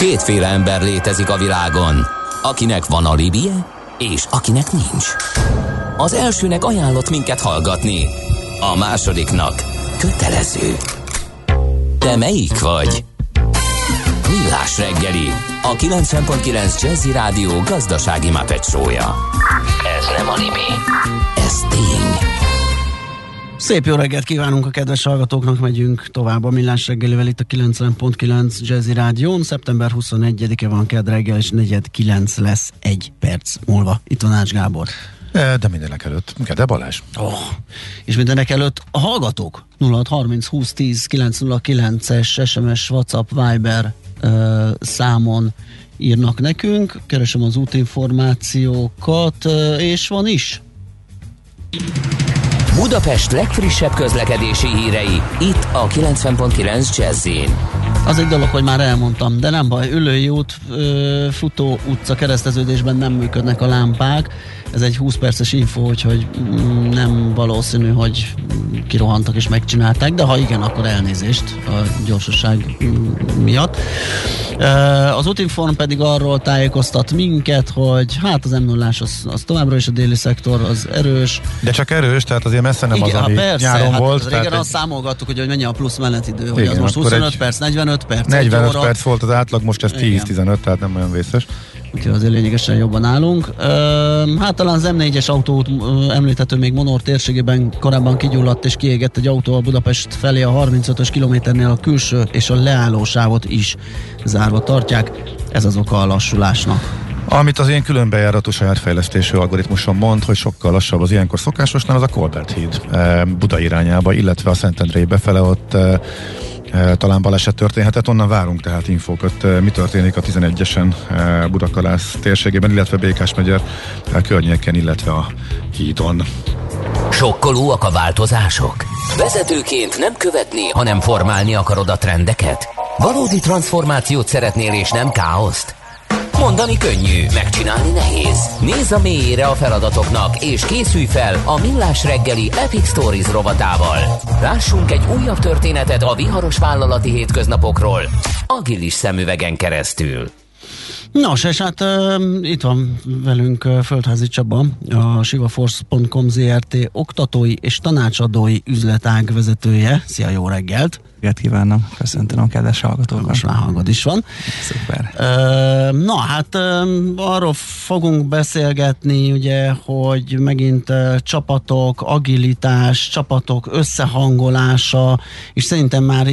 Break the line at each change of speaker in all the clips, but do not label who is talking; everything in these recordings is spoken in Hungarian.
Kétféle ember létezik a világon, akinek van alibije, és akinek nincs. Az elsőnek ajánlott minket hallgatni, a másodiknak kötelező. Te melyik vagy? Millás reggeli, a 90.9 Jazzy Rádió gazdasági Muppet show-ja. Ez nem anime, ez tény.
Szép jó reggelt kívánunk a kedves hallgatóknak, megyünk tovább a Millás reggelivel itt a 90.9 Jazzy Rádión. Szeptember 21-e van, kedd reggel, és 4:09 lesz 1 perc múlva. Itt van Ács Gábor.
De mindenek előtt, Kede Balázs.
És mindenek előtt a hallgatók 0630 20 10 909-es SMS, WhatsApp, Viber számon írnak nekünk. Keresem az útinformációkat, és van is.
Budapest legfrissebb közlekedési hírei, itt a 90.9 Jazz-in.
Az egy dolog, hogy már elmondtam, de nem baj, Üllői út, Futó utca kereszteződésben nem működnek a lámpák. Ez egy 20 perces info, úgyhogy nem valószínű, hogy kirohantak és megcsinálták, de ha igen, akkor elnézést a gyorsaság miatt. Az Útinform pedig arról tájékoztat minket, hogy hát az M0-ás az továbbra is a déli szektor, az erős.
De csak erős, tehát azért messze nem igen, az, ami persze, nyáron volt.
Régen azt számolgattuk, hogy mennyi a plusz menetidő, hogy igen, az most 25 perc, 45 perc,
45 perc volt az átlag, most ez 10-15, tehát nem olyan vészes.
Úgyhogy azért lényegesen jobban állunk. Hát talán az M4-es autót említhető még Monor térségében korábban kigyulladt és kiégett egy autó a Budapest felé a 35-ös kilométernél a külső és a leállósávot is zárva tartják. Ez az oka a lassulásnak.
Amit az ilyen különbejáratú saját fejlesztésű algoritmuson mond, hogy sokkal lassabb az ilyenkor szokásosnál, az a Kolbert híd Buda irányába, illetve a Szentendrei befele ott talán baleset történhetett, onnan várunk tehát infókat, mi történik a 11-esen Budakalász térségében, illetve Békás megye környéken, illetve a hídon.
Sokkolóak a változások? Vezetőként nem követni, hanem formálni akarod a trendeket? Valódi transformációt szeretnél és nem káoszt? Mondani könnyű, megcsinálni nehéz. Nézz a mélyére a feladatoknak, és készülj fel a Millás reggeli Epic Stories rovatával. Lássunk egy újabb történetet a viharos vállalati hétköznapokról, agilis szemüvegen keresztül.
Nos, és hát itt van velünk Földházi Csaba, a sivaforce.com Zrt. Oktatói és tanácsadói üzletág vezetője. Szia, jó reggelt!
Kívánom, köszöntöm a kedves hallgatókat.
Most már hangod is van.
Szuper.
Na hát arról fogunk beszélgetni, ugye, hogy megint csapatok, agilitás, csapatok összehangolása, és szerintem már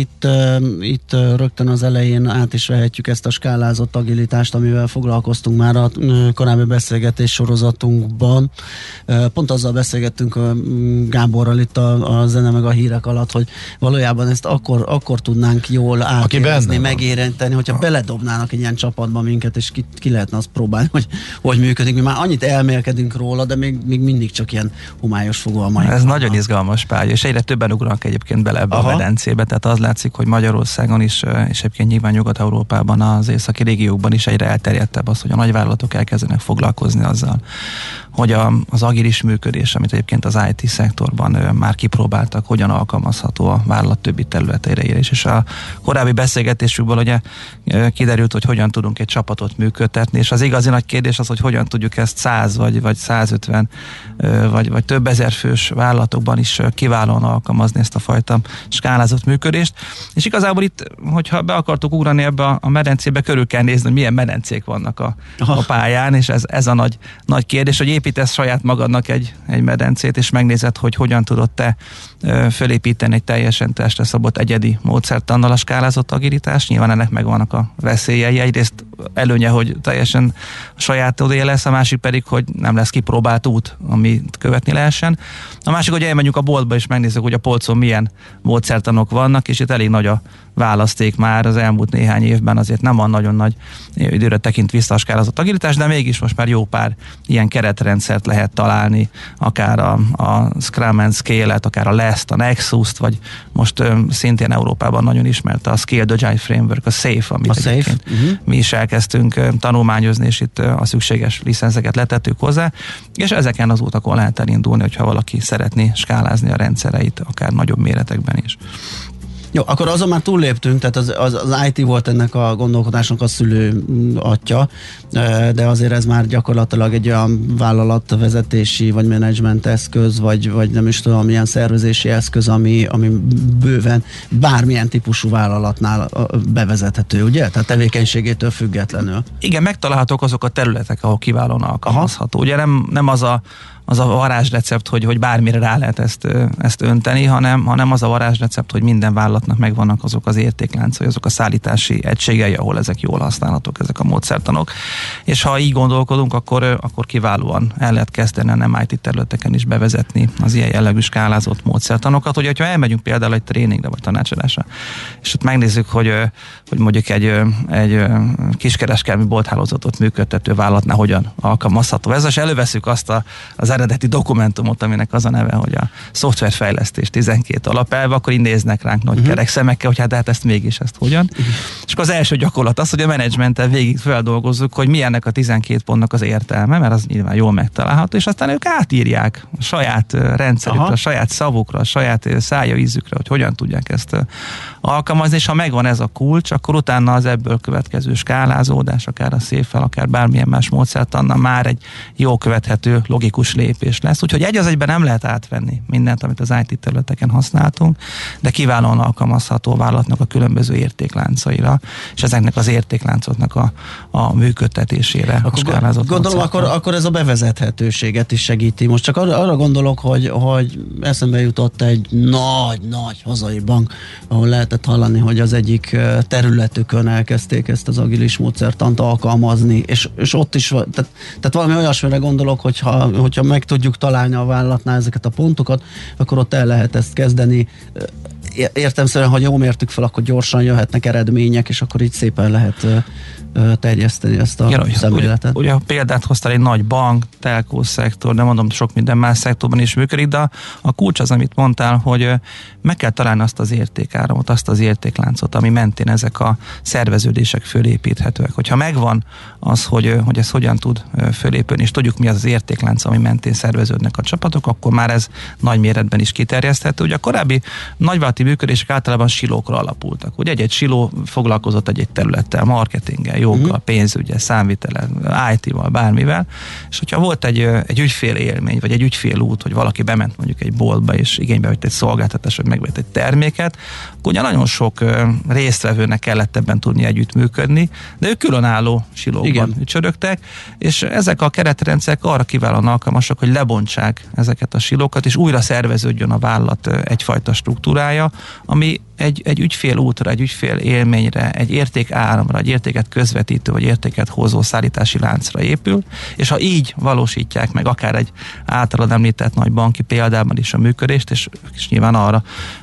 itt rögtön az elején át is vehetjük ezt a skálázott agilitást, amivel foglalkoztunk már a korábbi beszélgetés sorozatunkban. Pont azzal beszélgettünk Gáborral itt a zene meg a hírek alatt, hogy valójában ezt akkor tudnánk jól átérezni, megérinteni, hogyha beledobnának egy ilyen csapatba minket, és ki lehetne azt próbálni, hogy működik. Mi már annyit elmélkedünk róla, de még mindig csak ilyen homályos fogalmaink.
Ez nagyon izgalmas pálya, és egyre többen ugranak egyébként bele ebbe a medencébe, tehát az látszik, hogy Magyarországon is, és egyébként nyilván Nyugat-Európában, az északi régiókban is egyre elterjedtebb az, hogy a nagyvállalatok elkezdenek foglalkozni azzal, hogy az agilis működés, amit egyébként az IT szektorban már kipróbáltak, hogyan alkalmazható a vállalat többi területeire is. És a korábbi beszélgetésükből ugye kiderült, hogy hogyan tudunk egy csapatot működtetni, és az igazi nagy kérdés az, hogy hogyan tudjuk ezt 100 vagy 150 vagy több ezer fős vállalatokban is kiválóan alkalmazni ezt a fajta skálázott működést. És igazából itt, hogyha be akartuk ugrani ebbe a medencébe, körül kell nézni, hogy milyen medencék vannak a pályán, és ez a nagy kérdés, hogy építesz saját magadnak egy medencét, és megnézed, hogy hogyan tudod te fölépíteni egy teljesen testre szabott egyedi módszertannal a skálázott agilitás. Nyilván ennek megvannak a veszélyei. Egyrészt előnye, hogy teljesen sajátodé lesz, a másik pedig, hogy nem lesz kipróbált út, amit követni lehessen. A másik, hogy elmegyünk a boltba, és megnézzük, hogy a polcon milyen módszertanok vannak, és itt elég nagy a választék már az elmúlt néhány évben, azért nem van nagyon nagy időre tekint vissza a skálázott agilitás, de mégis most már jó pár ilyen keretrendszert lehet találni, akár a Scrum and Scale-et, akár a LEST, a Nexus-t, vagy most szintén Európában nagyon ismert a Scaled Agile Framework, a SAFe, amit egyébként mi is elkezdtünk tanulmányozni, és itt a szükséges licenszeket letettük hozzá, és ezeken az utakon lehet elindulni, hogyha valaki szeretné skálázni a rendszereit, akár nagyobb méretekben is.
Jó, akkor azon már túlléptünk, tehát az IT volt ennek a gondolkodásnak a szülő atya, de azért ez már gyakorlatilag egy olyan vállalatvezetési vagy menedzsment eszköz, vagy nem is tudom, milyen szervezési eszköz, ami bőven bármilyen típusú vállalatnál bevezethető, ugye? Tehát tevékenységétől függetlenül.
Igen, megtalálhatók azok a területek, ahol kiválóan alkalmazható. Ugye nem az a varázsrecept, hogy bármire rá lehet ezt önteni, hanem az a varázsrecept, hogy minden vállalatnak megvannak azok az értékláncai, azok a szállítási egységei, ahol ezek jól használhatók, ezek a módszertanok. És ha így gondolkodunk, akkor kiválóan el lehet kezdeni a nem IT területeken is bevezetni az ilyen jellegű skálázott módszertanokat. Ugye, hogyha elmegyünk például egy tréningre vagy tanácsadásra, és ott megnézzük, hogy mondjuk egy kiskereskedelmi bolthálózatot működtető vállalatnál hogyan alkalmazható ez, és előveszünk azt az eredeti dokumentumot, aminek az a neve, hogy a szoftverfejlesztés 12 alapelve, akkor így néznek ránk nagy kerek szemekkel, hogy hát ezt mégis hogyan. És akkor az első gyakorlat az, hogy a menedzsmenttel végig feldolgozzuk, hogy mi ennek a 12 pontnak az értelme, mert az nyilván jól megtalálható, és aztán ők átírják a saját rendszerükre, a saját szavukra, a saját szájaízükre, hogy hogyan tudják ezt alkalmazni, és ha megvan ez a kulcs, akkor utána az ebből következő skálázódás, akár a széffel, akár bármilyen más módszertannal már egy jó követhető, logikus lépés lesz. Úgyhogy egy az egyben nem lehet átvenni mindent, amit az IT területeken használtunk, de kiválóan alkalmazható vállalatnak a különböző értékláncaira, és ezeknek az értékláncoknak a működtetésére.
Gondolom, akkor ez a bevezethetőséget is segíti. Most csak arra gondolok, hogy eszembe jutott egy nagy hazai bank, ahol lehetett hallani, hogy az egyik területükön elkezdték ezt az agilis módszertant alkalmazni, és ott is, tehát valami olyasmire gondolok, hogyha meg tudjuk találni a vállalatnál ezeket a pontokat, akkor ott el lehet ezt kezdeni. Értelemszerűen, ha jól mértük fel, akkor gyorsan jöhetnek eredmények, és akkor így szépen lehet terjeszteni ezt a szemléletet.
Ugye példát hoztál, egy nagy bank, telkó szektor, de mondom, sok minden más szektorban is működik, de a kulcs az, amit mondtál, hogy meg kell találni azt az értékáramot, azt az értékláncot, ami mentén ezek a szerveződések fölépíthetőek. Hogyha megvan az, hogy ez hogyan tud fölépülni, és tudjuk, mi az értéklánc, ami mentén szerveződnek a csapatok, akkor már ez nagy méretben is kiterjeszthető. Ugye a korábbi nagyvállalati működések általában silókra alapultak. Ugye egy siló foglalkozott egy területtel, marketinggel, joggal, pénzügyel, számvitellel, IT-val, bármivel, és hogyha volt egy ügyfél élmény, vagy egy ügyfél út, hogy valaki bement mondjuk egy boltba, és igénybe vett egy szolgáltatást, vagy megvett egy terméket, akkor ugye nagyon sok résztvevőnek kellett ebben tudni együttműködni, de ők különálló silókban ücsörögtek, és ezek a keretrendszerek arra kiválóan alkalmasak, hogy lebontsák ezeket a silókat, és újra szerveződjön a vállalat egyfajta struktúrája, ami egy ügyfél útra, egy ügyfél élményre, egy értékáramra, egy értéket közvetítő, vagy értéket hozó szállítási láncra épül, és ha így valósítják meg akár egy általad említett nagy banki példában is a működést, és nyilván arra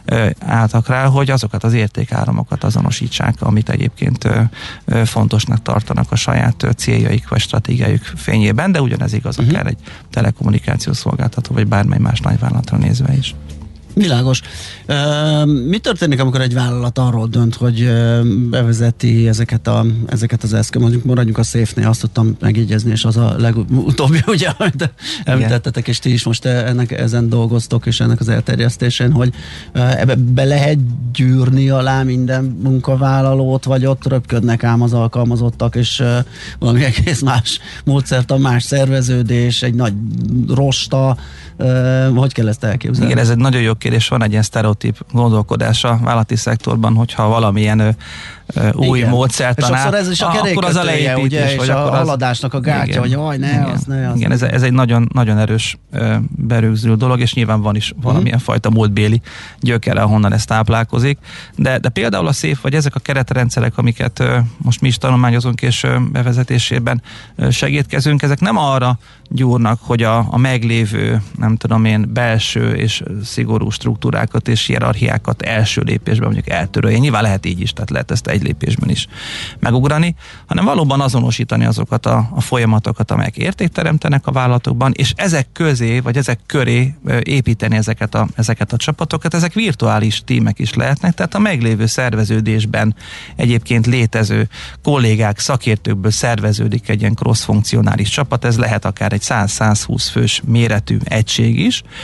álltak rá, hogy azokat az értékáramokat azonosítsák, amit egyébként fontosnak tartanak a saját céljaik vagy stratégiájuk fényében, de ugyanez igaz akár egy telekommunikációs szolgáltató, vagy bármely más nagyvállalatra nézve is.
Világos. Mi történik, amikor egy vállalat arról dönt, hogy bevezeti ezeket az eszközöket? Mondjuk maradjunk a Safe-nél, azt tudtam megjegyezni, és az a legutóbbi, ugye, amit említettetek, és ti is most ezen dolgoztok, és ennek az elterjesztésén, hogy ebbe be lehet gyűrni alá minden munkavállalót, vagy ott röpködnek ám az alkalmazottak, és valami egész más módszertan, más szerveződés, egy nagy rosta, hogy kell ezt elképzelni?
Igen, ez egy nagyon jó kérdés, van egy ilyen sztereotíp gondolkodás a vállalati szektorban, hogyha valamilyen új módszertan áll,
ez is a akkor az a leépítés, és a haladásnak a gátja, hogy jaj,
Igen, ez egy nagyon, nagyon erős berögzülő dolog, és nyilván van is valamilyen fajta múltbéli gyökere, ahonnan ez táplálkozik, de például a Safe, vagy ezek a keretrendszerek, amiket most mi is tanulmányozunk, és bevezetésében segítkezünk, ezek nem arra gyúrnak, hogy a meglévő, nem tudom én, belső és szigorú struktúrákat és hierarchiákat első lépésben mondjuk eltörölje. Nyilván lehet így is, tehát lehet ezt egy lépésben is megugrani, hanem valóban azonosítani azokat a folyamatokat, amelyek értékteremtenek a vállalatokban, és ezek közé, vagy ezek köré építeni ezeket a csapatokat. Ezek virtuális tímek is lehetnek, tehát a meglévő szerveződésben egyébként létező kollégák, szakértőkből szerveződik egy ilyen cross-funkcionális csapat, ez lehet akár egy 100-120 fős méretű egység is,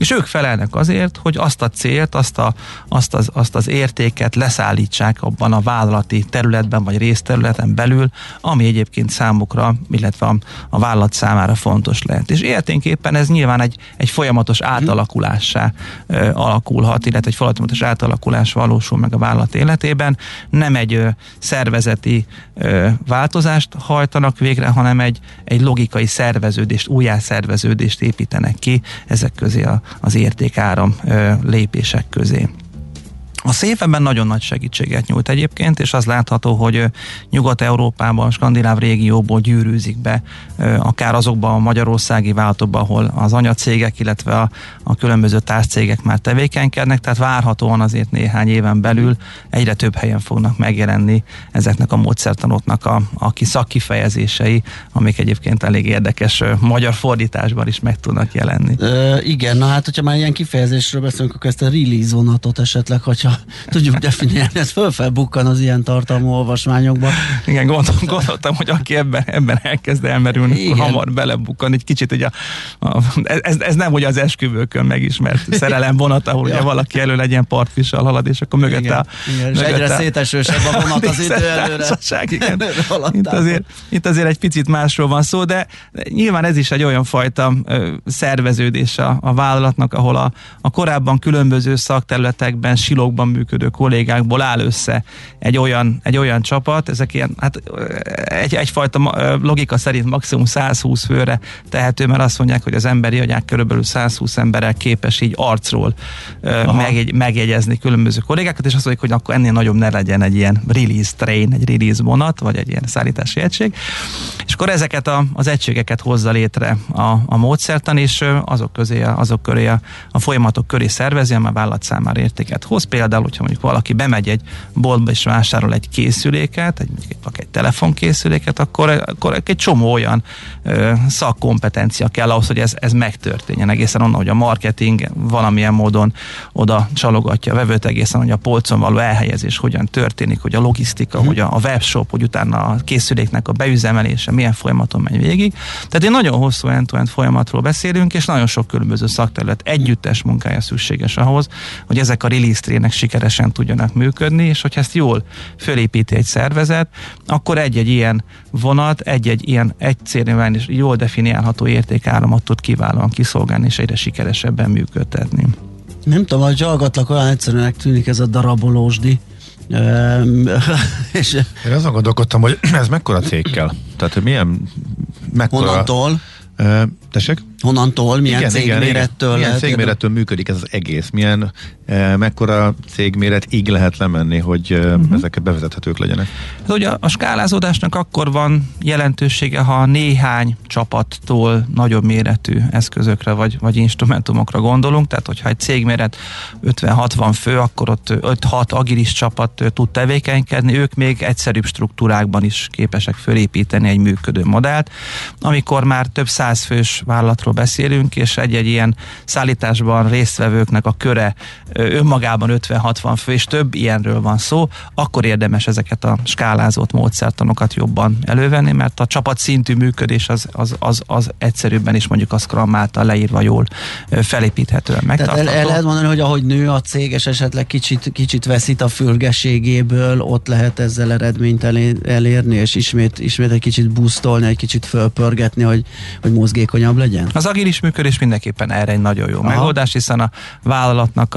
És ők felelnek azért, hogy azt a célt, azt az értéket leszállítsák abban a vállalati területben, vagy részterületen belül, ami egyébként számukra, illetve a vállalat számára fontos lehet. És érténképpen ez nyilván egy folyamatos átalakulássá alakulhat, illetve egy folyamatos átalakulás valósul meg a vállalat életében. Nem egy szervezeti változást hajtanak végre, hanem egy logikai szerveződést, újjászerveződést építenek ki ezek közé az értékáram lépések közé. A SZÉF ebben nagyon nagy segítséget nyújt egyébként, és az látható, hogy Nyugat-Európában, a skandináv régióból gyűrűzik be, akár azokban a magyarországi vállalatokban, ahol az anyacégek, illetve a különböző társcégek már tevékenykednek, tehát várhatóan azért néhány éven belül egyre több helyen fognak megjelenni ezeknek a módszertanoknak a szakkifejezései, amik egyébként elég érdekes magyar fordításban is meg tudnak jelenni.
Igen, na hát, hogyha már ilyen kifejezésről beszélünk, akkor ezt a release vonatot esetleg, hogyha tudjuk definiálni, ez fölfelbukkan az ilyen tartalmú olvasmányokba.
Igen, gondoltam, hogy aki ebben elkezd elmerülni, akkor hamar belebukkan. Egy kicsit ugye ez nem ugye az esküvőkön megismert szerelem vonat, ahol ugye valaki elől egy ilyen partvissal halad, és akkor mögötte
és egyre szétesősebb a vonat az idő előre.
Itt azért egy picit másról van szó, de nyilván ez is egy olyan fajta szerveződés a vállalatnak, ahol a korábban különböző szakterületekben, silókban működő kollégákból áll össze egy olyan csapat, ezek ilyen, hát egyfajta logika szerint maximum 120 főre tehető, mert azt mondják, hogy az emberi agyák körülbelül 120 emberrel képes így arcról megjegyezni különböző kollégákat, és azt mondják, hogy akkor ennél nagyobb ne legyen egy ilyen release train, egy release vonat, vagy egy ilyen szállítási egység. És akkor ezeket az egységeket hozza létre a módszertan, és azok köré a folyamatok köré szervezi, amely vállalat számára értéket hoz. Például, hogyha mondjuk valaki bemegy egy boltba és vásárol egy készüléket, egy telefonkészüléket, akkor egy csomó olyan szakkompetencia kell ahhoz, hogy ez megtörténjen. Egészen onnan, hogy a marketing valamilyen módon oda csalogatja a vevőt, egészen, hogy a polcon való elhelyezés hogyan történik, hogy a logisztika, hogy a webshop, hogy utána a készüléknek a beüzemelése milyen folyamaton megy végig. Tehát egy nagyon hosszú end-to-end folyamatról beszélünk, és nagyon sok különböző szakterület együttes munkája szükséges ahhoz, hogy ezek a release trének sikeresen tudjanak működni, és hogyha ezt jól fölépíti egy szervezet, akkor egy-egy ilyen vonat, egy-egy ilyen egyszerűen és jól definiálható értékáramot tud kiválóan kiszolgálni, és egyre sikeresebben működtetni.
Nem tudom, hogy hallgatlak, olyan egyszerűnek tűnik ez a darabolósdi.
Én azon gondolkodtam, hogy ez mekkora cég kell? Tehát, hogy mekkora...
Honnantól?
Tessék?
Honnantól? Milyen cégmérettől?
Milyen cégmérettől működik ez az egész? Mekkora cégméretig lehet lemenni, hogy ezek bevezethetők legyenek?
Hát ugye a skálázódásnak akkor van jelentősége, ha néhány csapattól nagyobb méretű eszközökre vagy instrumentumokra gondolunk, tehát hogyha egy cégméret 50-60 fő, akkor ott 5-6 agilis csapat tud tevékenykedni, ők még egyszerűbb struktúrákban is képesek fölépíteni egy működő modellt. Amikor már több 100 fős vállalatról beszélünk, és egy-egy ilyen szállításban résztvevőknek a köre önmagában 50-60 fő, és több ilyenről van szó, akkor érdemes ezeket a skálázott módszertanokat jobban elővenni, mert a csapatszintű működés az egyszerűbben is mondjuk a Scrum által leírva jól felépíthetően megtartható.
Tehát el lehet mondani, hogy ahogy nő a cég, és esetleg kicsit veszít a fülgeségéből, ott lehet ezzel eredményt elérni, és ismét egy kicsit boostolni, egy kicsit fölpörgetni, hogy mozgékonyabb legyen?
Az agilis működés mindenképpen erre egy nagyon jó megoldás, hiszen a vállalatnak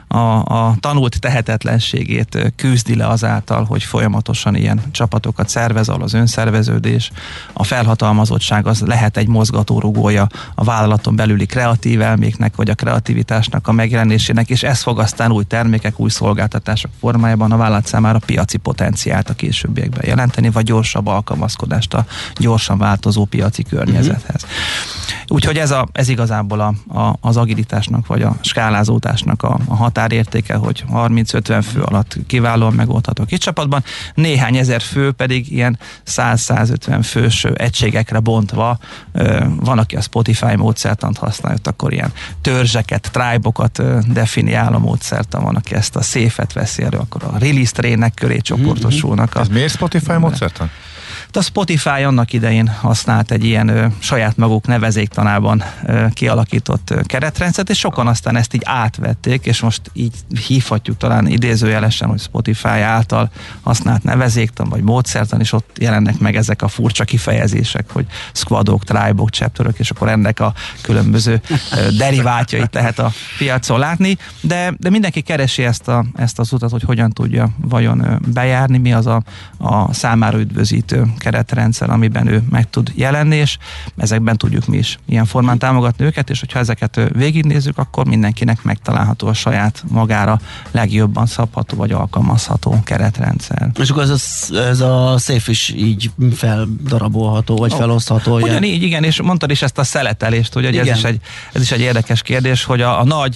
a tanult tehetetlenségét küzdi le azáltal, hogy folyamatosan ilyen csapatokat szervez, ahol az önszerveződés, a felhatalmazottság az lehet egy mozgatórugója a vállalaton belüli kreatív elméknek, vagy a kreativitásnak a megjelenésének, és ez fog aztán új termékek, új szolgáltatások formájában a vállalat számára piaci potenciált a későbbiekben jelenteni, vagy gyorsabb alkalmazkodást a gyorsan változó piaci környezethez. Úgyhogy ez igazából az agilitásnak, vagy a skálázódásnak a határértéke, hogy 30-50 fő alatt kiválóan megoldható kis csapatban, néhány ezer fő pedig ilyen 100-150 fős egységekre bontva, van, aki a Spotify módszertant használja, akkor ilyen törzseket, tribe-okat definiál a módszertan, van, aki ezt a SZÉF-et veszi elő, akkor a release trének köré csoportosulnak.
Ez miért Spotify módszertan?
A Spotify annak idején használt egy ilyen saját maguk nevezéktanában kialakított keretrendszert, és sokan aztán ezt így átvették, és most így hívhatjuk talán idézőjelesen, hogy Spotify által használt nevezéktan, vagy módszertan, és ott jelennek meg ezek a furcsa kifejezések, hogy squadok, tribe-ok, chapterök, és akkor ennek a különböző derivátjait lehet a piacon látni, de mindenki keresi ezt az utat, hogy hogyan tudja vajon bejárni, mi az a számára üdvözítő keretrendszer, amiben ő meg tud jelenni, és ezekben tudjuk mi is ilyen formán támogatni őket, és hogyha ezeket végignézzük, akkor mindenkinek megtalálható a saját magára legjobban szabható vagy alkalmazható keretrendszer. És
akkor ez a Safe is így feldarabolható, vagy felosztható?
Ugyanígy, igen, és mondtad is ezt a szeletelést, hogy ez is egy érdekes kérdés, hogy a nagy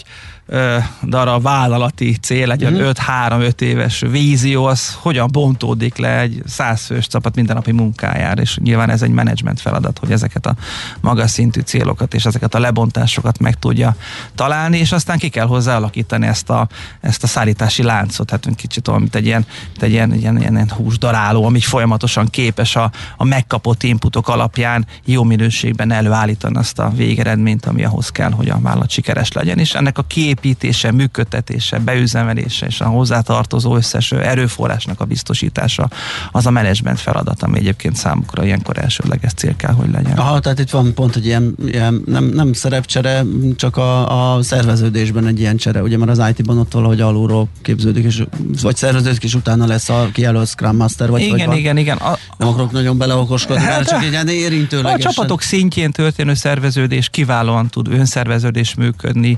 darab vállalati cél, egy 5-3-5 éves vízió, az hogyan bontódik le egy 100 fős csapat mindennapi munkájára, és nyilván ez egy menedzsment feladat, hogy ezeket a magas szintű célokat és ezeket a lebontásokat meg tudja találni, és aztán ki kell hozzá alakítani ezt a szállítási láncot, hát kicsit olyan, mint egy ilyen húsdaráló, ami folyamatosan képes a megkapott inputok alapján jó minőségben előállítani azt a végeredményt, ami ahhoz kell, hogy a vállalat sikeres legyen, és ennek a kiépítése, működtetése, beüzemelése és a hozzátartozó összes erőforrásnak a biztosítása az a menedzsment feladat, ami egyébként számukra ilyenkor elsődleges cél kell, hogy legyen.
Aha, tehát itt van pont egy ilyen nem szerepcsere, csak a szerveződésben egy ilyen csere, ugye, mert az IT-ban ott valahogy alulról képződik, vagy szerveződik, és utána lesz a kijelölt Scrum Master, vagy
igen.
Nem akarok nagyon beleokoskodni, mert csak egy ilyen érintőlegesen.
A csapatok szintjén történő szerveződés kiválóan tud önszerveződés működni,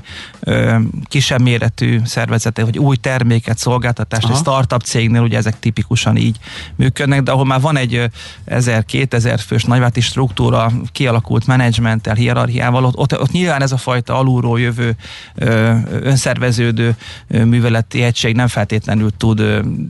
kisebb méretű szervezetek, vagy új terméket, szolgáltatást, egy startup cégnél ugye ezek tipikusan így működnek, de ahol már van egy 1000-2000 fős nagyvállati struktúra, kialakult menedzsmenttel, hierarchiával, ott nyilván ez a fajta alulról jövő önszerveződő műveleti egység nem feltétlenül tud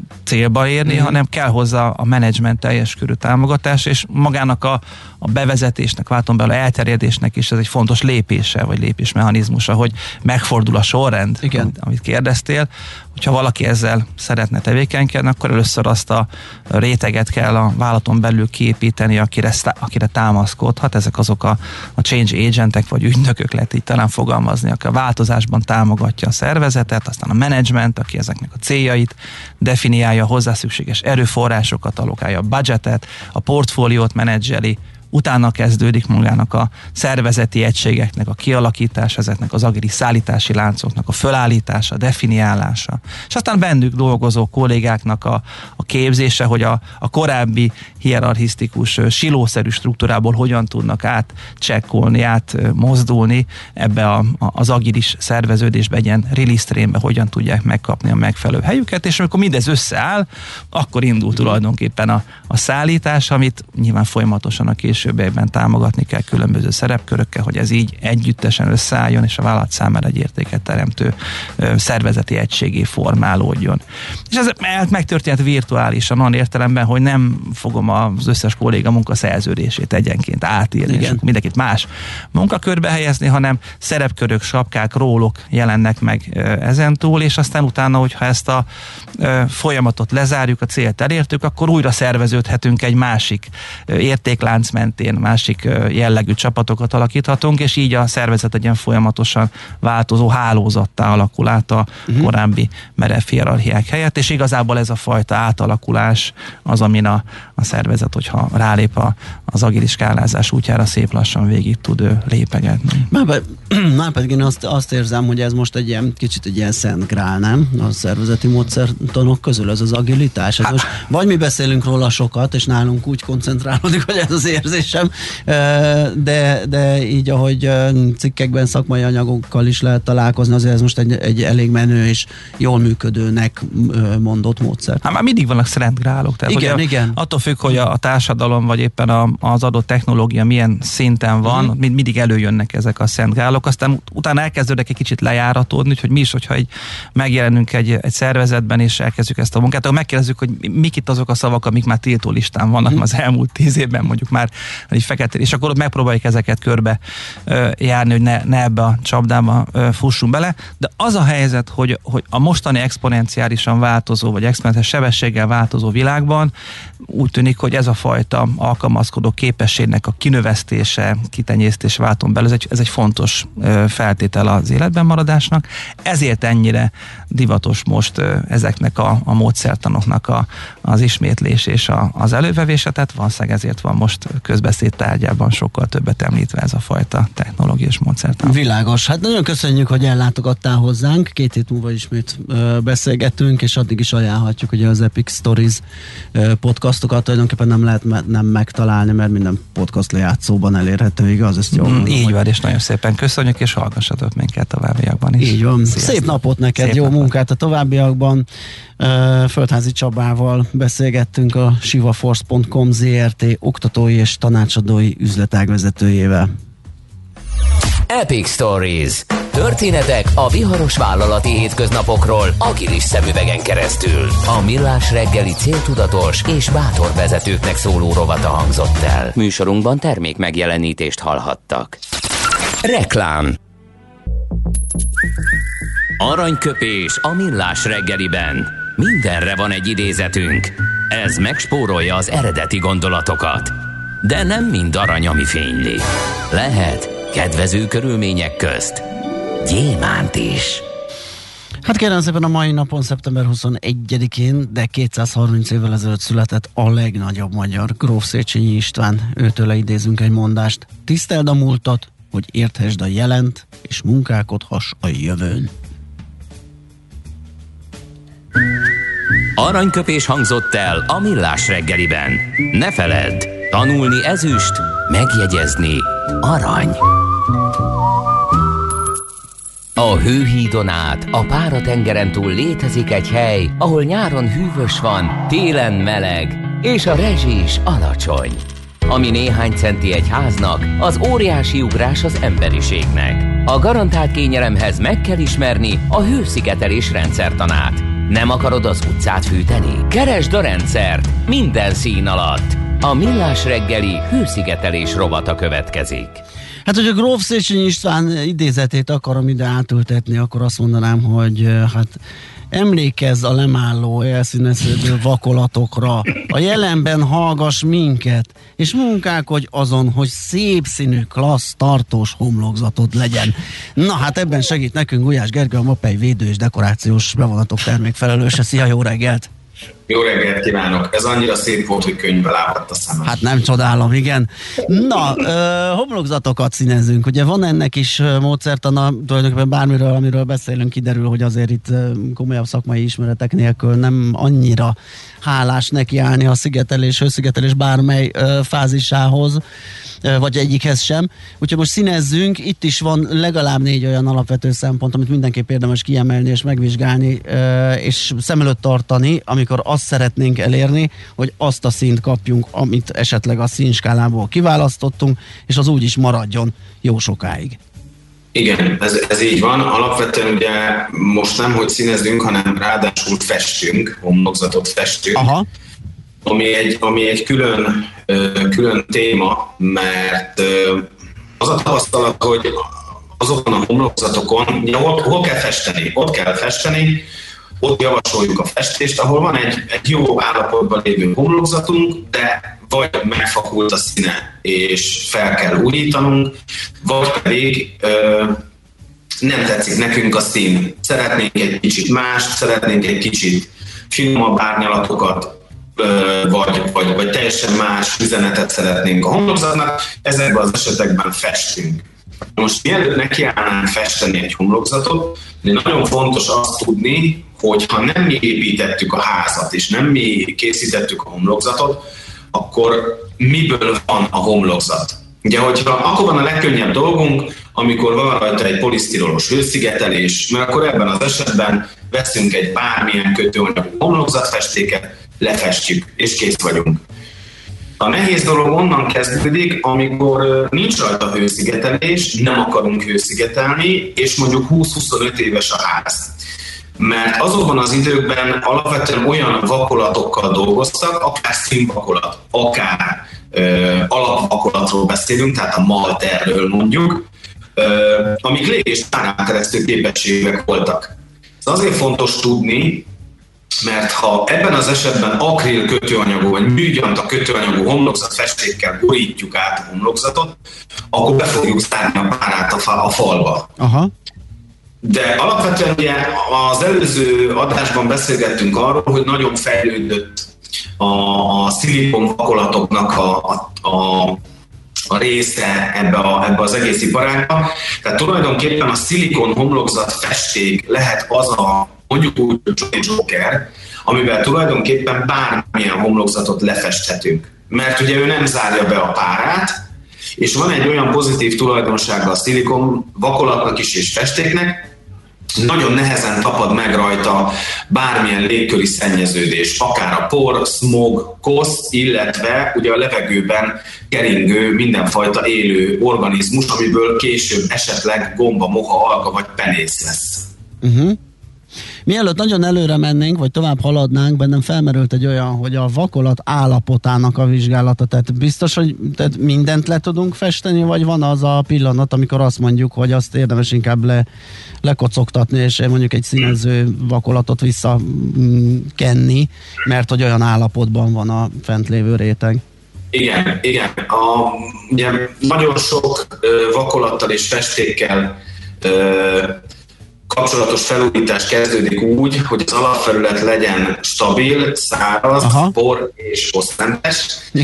célba érni, hanem kell hozzá a menedzsment teljes körű támogatás, és magának a bevezetésnek, válton belül elterjedésnek is ez egy fontos lépése, vagy lépésmechanizmusa, hogy megfordul a sorrend, amit kérdeztél. Hogyha valaki ezzel szeretne tevékenykedni, akkor először azt a réteget kell a vállalaton belül kiépíteni, akire támaszkodhat. Ezek azok a change agentek, vagy ügynökök, lehet így talán fogalmazni, aki a változásban támogatja a szervezetet, aztán a menedzsment, aki ezeknek a céljait definiálja, hozzá szükséges erőforrásokat, allokálja a budgetet, a portfóliót menedzseli, utána kezdődik magának a szervezeti egységeknek a kialakítása, ezeknek az agilis szállítási láncoknak a fölállítása, definiálása, és aztán bennük dolgozó kollégáknak a képzése, hogy a korábbi hierarchisztikus, silószerű struktúrából hogyan tudnak átcsekkolni, átmozdulni ebbe az agilis szerveződésbe, egy ilyen release trainbe, hogyan tudják megkapni a megfelelő helyüket, és amikor mindez összeáll, akkor indul tulajdonképpen a szállítás, amit nyilván folyamatosan a későbbiekben támogatni kell különböző szerepkörökkel, hogy ez így együttesen összeálljon, és a vállalat számára egy értéket teremtő szervezeti egységé formálódjon. És ez megtörtént virtuálisan, olyan értelemben, hogy nem fogom az összes kolléga munkaszerződését egyenként átírni, és mindenkit más munkakörbe helyezni, hanem szerepkörök, sapkák, rólok jelennek meg ezentúl, és aztán utána, hogyha ezt a folyamatot lezárjuk, a célt elértük, akkor újra szerveződhetünk egy másik értéklánc mentén, másik jellegű csapatokat alakíthatunk, és így a szervezet egy ilyen folyamatosan változó hálózattá alakul át a korábbi merev hierarchiák helyett, és igazából ez a fajta átalakulás az, amin a szervezet, hogyha rálép az agilis skálázás útjára, szép lassan végig tud lépegetni.
Már pedig én azt érzem, hogy ez most egy ilyen kicsit egy ilyen szent grál, nem? A szervezeti módszertanok közül ez az agilitás. Ez most, vagy mi beszélünk róla sokat, és nálunk úgy koncentrálódik, hogy ez az érzésem, de így, ahogy cikkekben, szakmai anyagokkal is lehet találkozni, azért ez most egy elég menő és jól működőnek mondott módszer.
Hát már mindig vannak szent grálok. Tehát igen. Attól függ, hogy a társadalom, vagy éppen az adott technológia milyen szinten van, mindig előjönnek ezek a szent grálok, aztán utána elkezdődnek egy kicsit lejáratódni, úgyhogy mi is, hogyha megjelenünk egy szervezetben, és elkezdjük ezt a munkát, akkor megkérdezzük, hogy mik itt azok a szavak, amik már tiltó listán vannak az elmúlt 10 évben, mondjuk már így fekete, és akkor ott megpróbáljuk ezeket körbe járni, hogy ne ebbe a csapdába fussunk bele, de az a helyzet, hogy a mostani exponenciálisan változó, vagy exponenciális sebességgel változó világban úgy tűnik, hogy ez a fajta alkalmazkodó képességnek a kinövesztése, kitenyésztése válton belül, ez egy fontos feltétel az életben maradásnak, ezért ennyire divatos most ezeknek a módszertanoknak az ismétlés és az elővevése, tehát valószínűleg ezért van most közbeszéd tárgyában sokkal többet említve ez a fajta technológiai módszertan.
Világos. Hát nagyon köszönjük, hogy ellátogattál hozzánk. 2 hét múlva ismét beszélgetünk, és addig is ajánlhatjuk, hogy az Epic Stories podcastokat tulajdonképpen nem lehet nem megtalálni, mert minden podcast lejátszóban elérhető, igaz? Ezt jól mondom,
így van, és nagyon szépen köszönjük, és hallgassatok minket továbbiakban is.
Így van. Sziasztok. Szép napot neked, szép jó napot. Munkát a továbbiakban. Földházi Csabával beszélgettünk, a sivaforce.com Zrt. oktatói és tanácsadói üzletágvezetőjével.
Epic Stories. Történetek a viharos vállalati hétköznapokról agilis szemüvegen keresztül. A Millás reggeli céltudatos és bátor vezetőknek szóló rovata hangzott el. Műsorunkban termék megjelenítést hallhattak. Reklám. Aranyköpés a Millás reggeliben. Mindenre van egy idézetünk. Ez megspórolja az eredeti gondolatokat. De nem mind arany, ami fényli. Lehet kedvező körülmények közt gyémánt is.
Hát kérem szépen, a mai napon, szeptember 21-én, de 230 évvel ezelőtt született a legnagyobb magyar, Gróf Széchenyi István. Őtőle idézünk egy mondást: tiszteld a múltat, hogy érthesd a jelent, és munkálkodhass a jövőn.
Aranyköpés hangzott el a Millás reggeliben. Ne feledd, tanulni ezüst, megjegyezni arany. A Hőhídon át, a Pára-tengeren túl létezik egy hely, ahol nyáron hűvös van, télen meleg, és a rezsi is alacsony. Ami néhány centi egy háznak, az óriási ugrás az emberiségnek. A garantált kényelemhez meg kell ismerni a hőszigetelés rendszertanát. Nem akarod az utcát fűteni? Keresd a rendszert minden szín alatt. A Millás reggeli hőszigetelés rovata következik.
Hát, hogy a Gróf Széchenyi István idézetét akarom ide átültetni, akkor azt mondanám, hogy hát emlékezz a lemálló, elszíneződő vakolatokra, a jelenben hallgass minket, és munkálkodj azon, hogy szép színű, klassz, tartós homlokzatod legyen. Na hát ebben segít nekünk Gulyás Gergő, a Mapei védő és dekorációs bevonatok termékfelelőse. Szia, jó reggelt!
Jó reggelt kívánok! Ez annyira szép volt, hogy könyvbe lábadt a szemem.
Hát nem csodálom, igen. Na, homlokzatokat színezünk. Ugye van ennek is módszertana, tulajdonképpen bármiről, amiről beszélünk, kiderül, hogy azért itt komolyabb szakmai ismeretek nélkül nem annyira hálás nekiállni a hőszigetelés bármely fázisához, vagy egyikhez sem. Úgyhogy most színezzünk, itt is van legalább 4 olyan alapvető szempont, amit mindenképp érdemes kiemelni és megvizsgálni, és szem előtt tartani, amikor azt szeretnénk elérni, hogy azt a színt kapjunk, amit esetleg a színskálából kiválasztottunk, és az úgy is maradjon jó sokáig.
Igen, ez így van. Alapvetően ugye most nem, hogy színezzünk, hanem ráadásul festünk, homlokzatot festünk. Aha. Ami egy külön téma, mert az a tapasztalat, hogy azokon a homlokzatokon, ugye, hol kell festeni? Ott kell festeni, ott javasoljuk a festést, ahol van egy jó állapotban lévő homlokzatunk, de vagy megfakult a színe, és fel kell újítanunk, vagy pedig nem tetszik nekünk a szín. Szeretnénk egy kicsit mást, szeretnénk egy kicsit finomabb árnyalatokat, vagy teljesen más üzenetet szeretnénk a homlokzatnak, ezekben az esetekben festünk. Most mielőtt nekiállnánk festeni egy homlokzatot, nagyon fontos azt tudni, hogy ha nem mi építettük a házat, és nem mi készítettük a homlokzatot, akkor miből van a homlokzat? Ugye, hogyha akkor van a legkönnyebb dolgunk, amikor van rajta egy polisztirolos hőszigetelés, mert akkor ebben az esetben veszünk egy bármilyen kötőanyagú homlokzatfestéket, lefestjük, és kész vagyunk. A nehéz dolog onnan kezdődik, amikor nincs rajta hőszigetelés, nem akarunk hőszigetelni, és mondjuk 20-25 éves a ház. Mert azokban az időkben alapvetően olyan vakolatokkal dolgoztak, akár színvakolat, akár alapvakolat, vakolatról beszélünk, tehát a malterről mondjuk, amik lég- és tárgyalteresztő képességek voltak. Ez azért fontos tudni, mert ha ebben az esetben akril kötőanyagú vagy műgyanta kötőanyagú homlokzat festékkel borítjuk át a homlokzatot, akkor be fogjuk zárni a párát a falba. Aha. De alapvetően ugye az előző adásban beszélgettünk arról, hogy nagyon fejlődött a szilikon vakolatoknak a része ebbe az egész iparágba. Tehát tulajdonképpen a szilikon homlokzat festék lehet az a mondjuk úgy Johnny Joker, amivel tulajdonképpen bármilyen homlokzatot lefesthetünk. Mert ugye ő nem zárja be a párát, és van egy olyan pozitív tulajdonsága a szilikon vakolatnak is és festéknek, nagyon nehezen tapad meg rajta bármilyen légköri szennyeződés, akár a por, smog, kosz, illetve ugye a levegőben keringő mindenfajta élő organizmus, amiből később esetleg gomba, moha, alga vagy penész lesz.
Mielőtt nagyon előre mennénk, vagy tovább haladnánk, bennem felmerült egy olyan, hogy a vakolat állapotának a vizsgálata, tehát biztos, hogy tehát mindent le tudunk festeni, vagy van az a pillanat, amikor azt mondjuk, hogy azt érdemes inkább lekocogtatni, és mondjuk egy színező vakolatot visszakenni, mert hogy olyan állapotban van a fent lévő réteg.
Igen. Ugye nagyon sok vakolattal és festékkel kapcsolatos felújítás kezdődik úgy, hogy az alapfelület legyen stabil, száraz, por és foszmentes.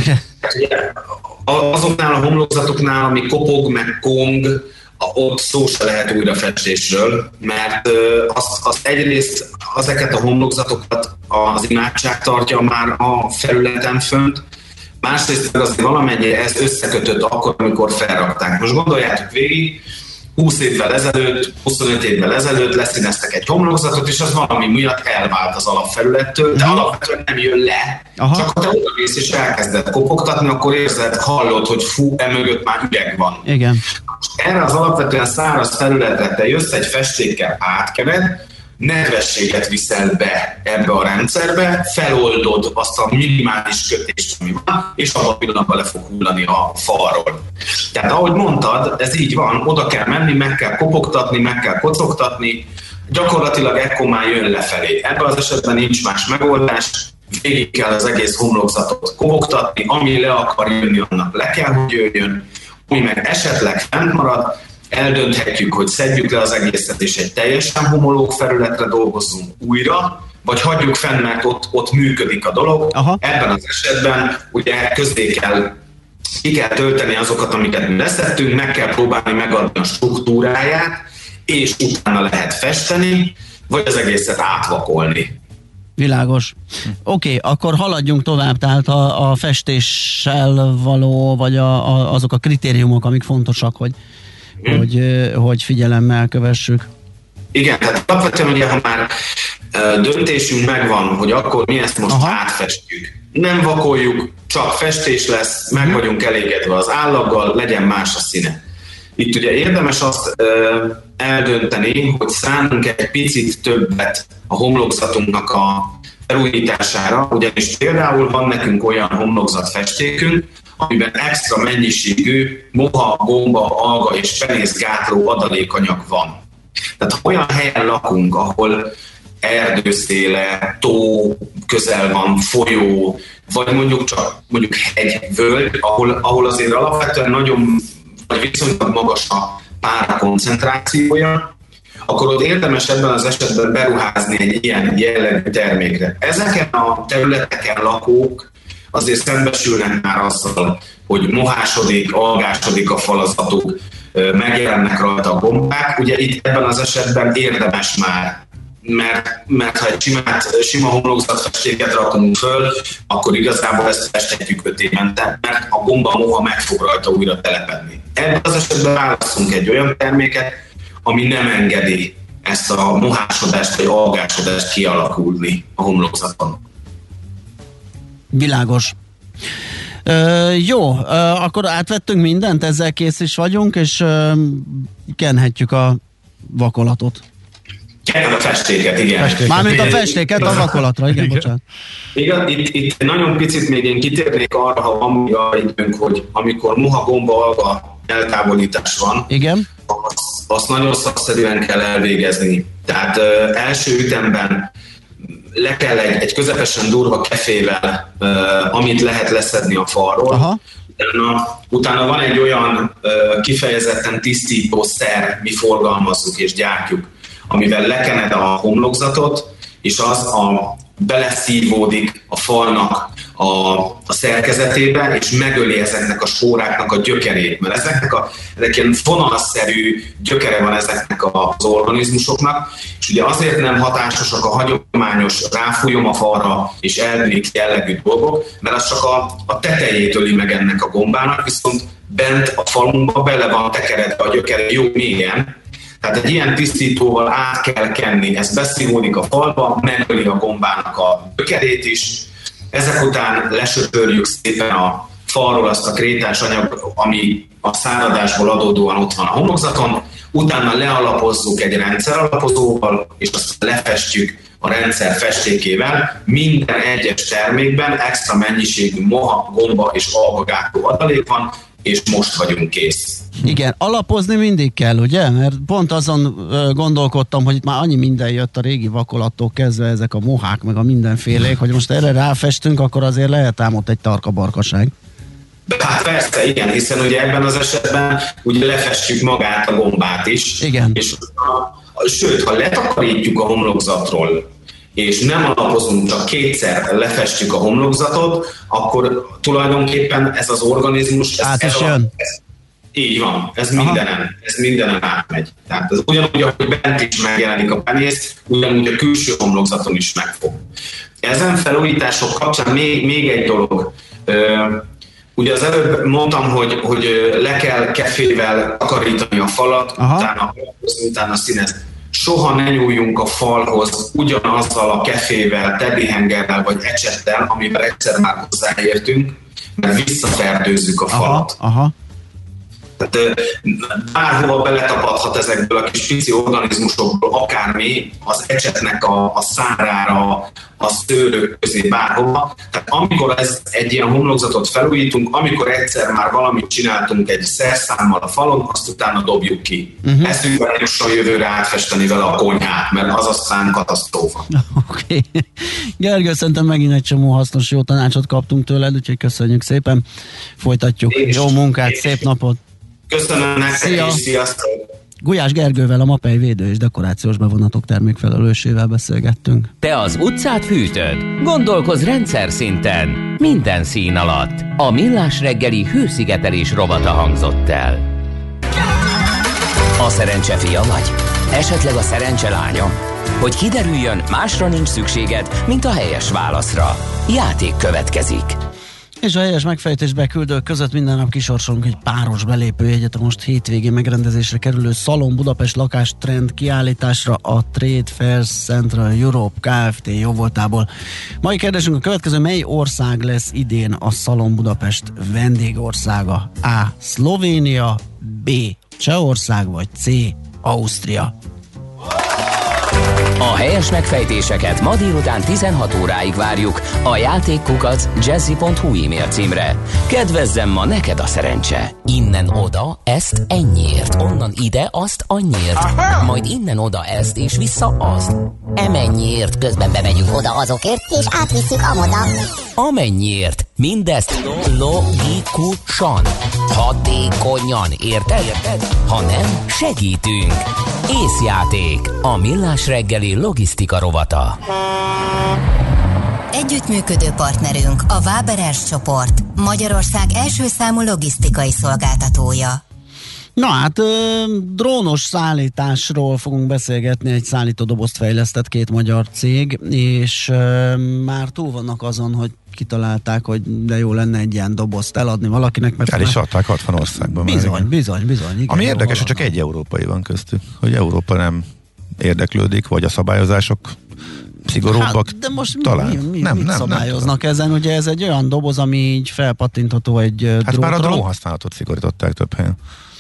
Azoknál a homlokzatoknál, ami kopog, meg kong, ott szó se lehet újrafestésről, mert az egyrészt ezeket a homlokzatokat az imádság tartja már a felületen fönt, másrészt azért valamennyire ez összekötött akkor, amikor felrakták. Most gondoljátok végig, 20 évvel ezelőtt, 25 évvel ezelőtt leszíneztek egy homlokzatot, és az valami miatt elvált az alapfelülettől, de alapvetően nem jön le. Aha. Csak ha te odamész és elkezded kopogtatni, akkor érzed, hallod, hogy fú, emögött már üveg van.
Igen.
Erre az alapvetően száraz felületre te jössz egy festékkel átkeved, nedvességet viszel be ebbe a rendszerbe, feloldod azt a minimális kötést, ami van, és abban a pillanatban le fog hullani a falról. Tehát ahogy mondtad, ez így van, oda kell menni, meg kell kopogtatni, meg kell kocogtatni, gyakorlatilag ekkor már jön lefelé. Ebben az esetben nincs más megoldás, végig kell az egész homlokzatot kopogtatni, ami le akar jönni, annak le kell, hogy jöjjön, ami meg esetleg fent marad, eldönthetjük, hogy szedjük le az egészet, és egy teljesen homológ felületre dolgozzunk újra, vagy hagyjuk fenn, mert ott működik a dolog. Aha. Ebben az esetben ugye ki kell tölteni azokat, amiket mi leszettünk, meg kell próbálni megadni a struktúráját, és utána lehet festeni, vagy az egészet átvakolni.
Világos. Oké, akkor haladjunk tovább, tehát a festéssel való, vagy azok a kritériumok, amik fontosak, hogy figyelemmel kövessük.
Igen, tehát alapvetően ugye, ha már döntésünk megvan, hogy akkor mi ezt most átfestjük. Nem vakoljuk, csak festés lesz, meg vagyunk elégedve az állaggal, legyen más a színe. Itt ugye érdemes azt eldönteni, hogy szánunk egy picit többet a homlokzatunknak a felújítására, ugyanis például van nekünk olyan homlokzatfestékünk, amiben extra mennyiségű moha, gomba, alga és penészgátló adalékanyag van. Tehát olyan helyen lakunk, ahol erdőszéle, tó közel van, folyó, vagy mondjuk hegy, völgy, ahol azért alapvetően nagyon vagy viszonylag magas a pára koncentrációja, akkor ott érdemes ebben az esetben beruházni egy ilyen jellegű termékre. Ezeken a területeken lakók azért szembesülnek már azzal, hogy mohásodik, algásodik a falazatuk, megjelennek rajta a gombák. Ugye itt ebben az esetben érdemes már, mert ha egy sima homlokzatfestéket rakunk föl, akkor igazából ezt festhetjük 5 évente, mert a gomba moha meg fog rajta újra telepedni. Ebben az esetben választunk egy olyan terméket, ami nem engedi ezt a mohásodást vagy algásodást kialakulni a homlokzaton.
Világos. Jó, akkor átvettünk mindent, ezzel kész is vagyunk, és kenhetjük a vakolatot.
A festéket, igen.
Mármint a festéket a vakolatra, igen, bocsánat.
Igen, itt nagyon picit még én kitérnék arra, ha van még arra időnk, hogy amikor muha gomba alga eltávolítás van,
igen.
Azt nagyon szakszerűen kell elvégezni. Tehát első ütemben le kell egy közepesen durva kefével, amit lehet leszedni a falról. Utána van egy olyan kifejezetten tisztító szer, mi forgalmazzuk és gyártjuk, amivel lekened a homlokzatot, és az beleszívódik a falnak a szerkezetébe, és megöli ezeknek a spóráknak a gyökerét, mert ezek ilyen fonalszerű gyökere van ezeknek az organizmusoknak, és ugye azért nem hatásosak a hagyományos ráfújom a falra és elbűnik jellegű dolgok, mert az csak a tetejét öli meg ennek a gombának, viszont bent a falunkba bele van tekeredve a gyökere jó mélyen. Tehát egy ilyen tisztítóval át kell kenni, ez beszívódik a falba, megöli a gombának a gyökerét is. Ezek után lesöpörjük szépen a falról azt a krétás anyag, ami a száradásból adódóan ott van a homlokzaton, utána lealapozzuk egy rendszeralapozóval, és azt lefestjük a rendszer festékével. Minden egyes termékben extra mennyiségű moha, gomba és algagátló adalék van, és most vagyunk kész.
Igen, alapozni mindig kell, ugye? Mert pont azon gondolkodtam, hogy itt már annyi minden jött a régi vakolattól kezdve, ezek a mohák, meg a mindenfélék, hogy most erre ráfestünk, akkor azért lehet ám ott egy tarka-barkaság.
Hát persze, igen, hiszen ugye ebben az esetben ugye lefestjük magát a gombát is.
Igen.
És, sőt, ha letakarítjuk a homlokzatról, és nem alapozunk, csak kétszer lefestjük a homlokzatot, akkor tulajdonképpen ez az organizmus...
Át is jön.
Így van, ez mindenen átmegy. Tehát ez ugyanúgy, ahogy bent is megjelenik a penész, ugyanúgy a külső homlokzaton is megfog. Ezen felújítások kapcsán még egy dolog. Ugye az előbb mondtam, hogy le kell kefével takarítani a falat, utána színezni. Soha ne nyúljunk a falhoz ugyanazzal a kefével, teddyhengerrel vagy ecsettel, amivel egyszer már hozzáértünk, mert visszafertőzzük a falat. Tehát bárhova beletapadhat ezekből a kis pici organizmusokból akármi, az ecsetnek a szárára, a szőrök közé bárhova. Tehát amikor egy ilyen homlokzatot felújítunk, amikor egyszer már valamit csináltunk egy szerszámmal a falon, azt utána dobjuk ki. Ezt jusson jövőre átfesteni vele a konyhát, mert az aztán katasztrófa.
Oké. Gergő, szerintem megint egy csomó hasznos jó tanácsot kaptunk tőled, úgyhogy köszönjük szépen. Folytatjuk. Jó munkát, szép napot!
Köszönöm nektek, és sziasztok!
Gulyás Gergővel, a Mapei védő és dekorációs bevonatok termékfelelősével beszélgettünk.
Te az utcát hűtöd? Gondolkozz rendszer szinten. Minden szín alatt. A Millás reggeli hőszigetelés rovata hangzott el. A szerencse fia vagy? Esetleg a szerencse lánya? Hogy kiderüljön, másra nincs szükséged, mint a helyes válaszra. Játék következik.
És a helyes megfejtésbe küldők között minden nap kisorsolunk egy páros belépőjegyet a most hétvégén megrendezésre kerülő Szalon Budapest lakástrend kiállításra a Trade Fairs Central Europe Kft. Jóvoltából. Mai kérdésünk a következő: mely ország lesz idén a Szalon Budapest vendégországa? A. Szlovénia, B. Csehország, vagy C. Ausztria?
A helyes megfejtéseket ma délután 16 óráig várjuk a játékkukac@jazzy.hu e-mail címre. Kedvezzem ma neked a szerencse! Innen oda, ezt ennyiért, onnan ide, azt annyiért, majd innen oda ezt, és vissza azt. Emennyiért, közben bemegyünk oda azokért, és átvisszük amoda. Amennyiért, mindezt logikusan, hatékonyan, érted? Ha nem, segítünk. Észjáték, a Millás reggeli logisztika rovata.
Együttműködő partnerünk a Waberers csoport, Magyarország első számú logisztikai szolgáltatója.
Na hát, drónos szállításról fogunk beszélgetni, egy szállítódobozt fejlesztett két magyar cég, és már túl vannak azon, hogy kitalálták, hogy de jó lenne egy ilyen dobozt eladni valakinek. Mert
el is adták 60 országban.
Bizony. Igen,
ami érdekes, hogy csak egy európai van köztük, hogy Európa nem érdeklődik, vagy a szabályozások szigorúbbak.
Hát, de most
talán.
Mit szabályoznak ezen? Ugye ez egy olyan doboz, ami így felpattintható egy
hát
drótra.
már a drónhasználatot szigorították több helyen.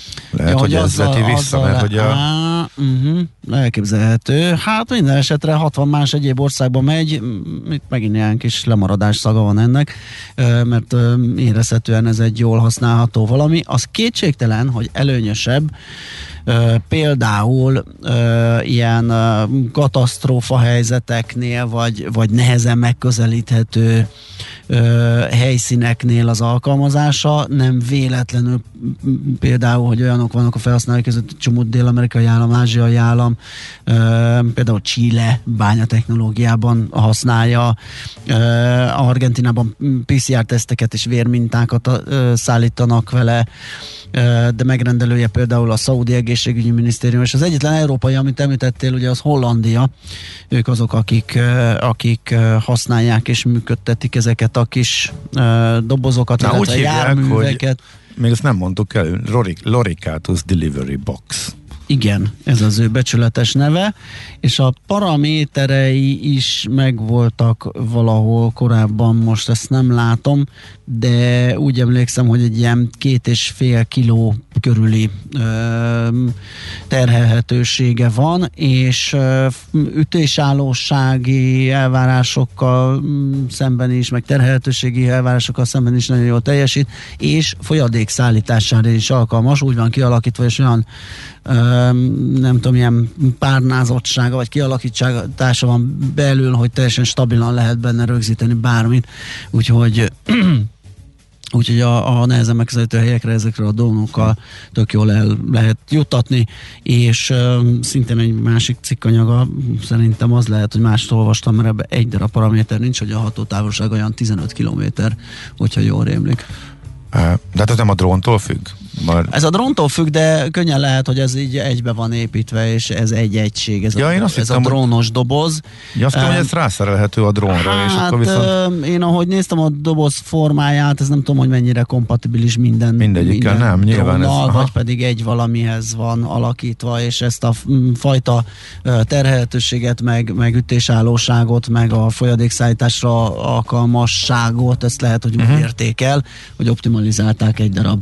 Lehet, hogy ez veti vissza, mert hogy
elképzelhető. Hát minden esetre 60 más egyéb országban megy, itt megint ilyen kis lemaradás szaga van ennek, mert érezhetően ez egy jól használható valami. Az kétségtelen, hogy előnyösebb például ilyen katasztrófa helyzeteknél, vagy nehezen megközelíthető helyszíneknél az alkalmazása. Nem véletlenül például, hogy olyanok vannak a felhasználók között, csomó dél-amerikai állam, ázsiai állam, például Chile bányatechnológiában használja, Argentinában PCR-teszteket és vérmintákat szállítanak vele, de megrendelője például a Szaudi Egészségügyi Minisztérium, és az egyetlen európai, amit említettél, ugye az Hollandia. Ők azok, akik használják és működtetik ezeket a kis dobozokat, illetve járműveket.
Még ezt nem mondtuk el, Loricatus Delivery Box.
Igen, ez az ő becsületes neve, és a paraméterei is megvoltak valahol korábban, most ezt nem látom, de úgy emlékszem, hogy egy ilyen 2,5 kiló körüli terhelhetősége van, és ütésállósági elvárásokkal szemben is, meg terhelhetőségi elvárásokkal szemben is nagyon jól teljesít, és folyadék szállítására is alkalmas, úgy van kialakítva, és olyan nem tudom, ilyen párnázottsága vagy kialakítása van belül, hogy teljesen stabilan lehet benne rögzíteni bármit, úgyhogy a nehezen megközelítő helyekre ezekre a drónokkal tök jól el lehet juttatni, és szintén egy másik cikkanyaga szerintem az lehet, hogy mást olvastam, mert ebben egy darab paraméter nincs, hogy a hatótávolság olyan 15 kilométer, hogyha jól rémlik.
De hát ez nem a dróntól függ?
Ez a dróntól függ, de könnyen lehet, hogy ez így egybe van építve, és ez egy egység, ez a drónos doboz.
Azt tudom, hogy ez rászerelhető a drónra.
Hát,
és akkor viszont...
én ahogy néztem a doboz formáját, ez nem tudom, hogy mennyire kompatibilis mindegyikkel
nem, nyilván
drónnal, vagy pedig egy valamihez van alakítva, és ezt a fajta terhelhetőséget, meg ütésállóságot, meg a folyadékszállításra alkalmasságot, ezt lehet, hogy úgy értékel, hogy optimalizálták egy darab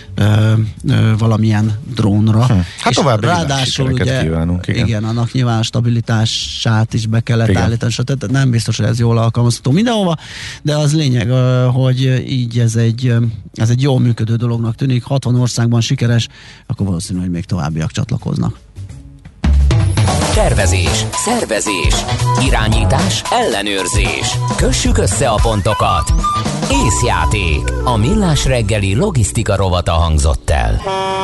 valamilyen drónra.
Hát további
ráadásul ugye,
kívánunk,
igen, annak nyilván stabilitását is be kellett állítani, tehát nem biztos, hogy ez jól alkalmazható mindenhova, de az lényeg, hogy így ez egy jól működő dolognak tűnik, 60 országban sikeres, akkor valószínű, hogy még továbbiak csatlakoznak.
Tervezés, szervezés, irányítás, ellenőrzés. Kössük össze a pontokat. Észjáték. A Millás reggeli logisztika rovata hangzott el.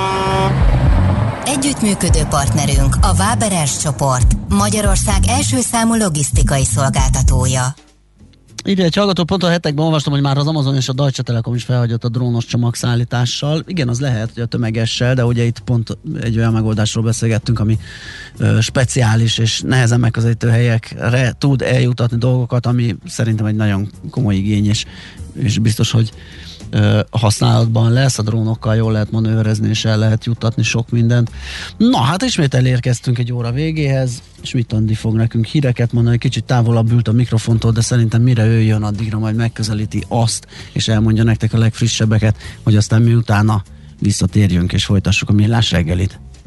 Együttműködő partnerünk a Waberers csoport, Magyarország első számú logisztikai szolgáltatója.
Ide egy hallgató, pont a hetekben olvastam, hogy már az Amazon és a Deutsche Telekom is felhagyott a drónos csomagszállítással. Igen, az lehet, hogy a tömegessel, de ugye itt pont egy olyan megoldásról beszélgettünk, ami speciális és nehezen megközelítő helyekre tud eljutatni dolgokat, ami szerintem egy nagyon komoly igény, és biztos, hogy használatban lesz, a drónokkal jól lehet manőverezni, és el lehet juttatni sok mindent. Na, hát ismét elérkeztünk egy óra végéhez, és mit Andi fog nekünk híreket mondani, kicsit távolabb ült a mikrofontól, de szerintem mire ő jön, addigra majd megközelíti azt, és elmondja nektek a legfrissebbeket, hogy aztán mi utána visszatérjünk, és folytassuk a Millás reggelit.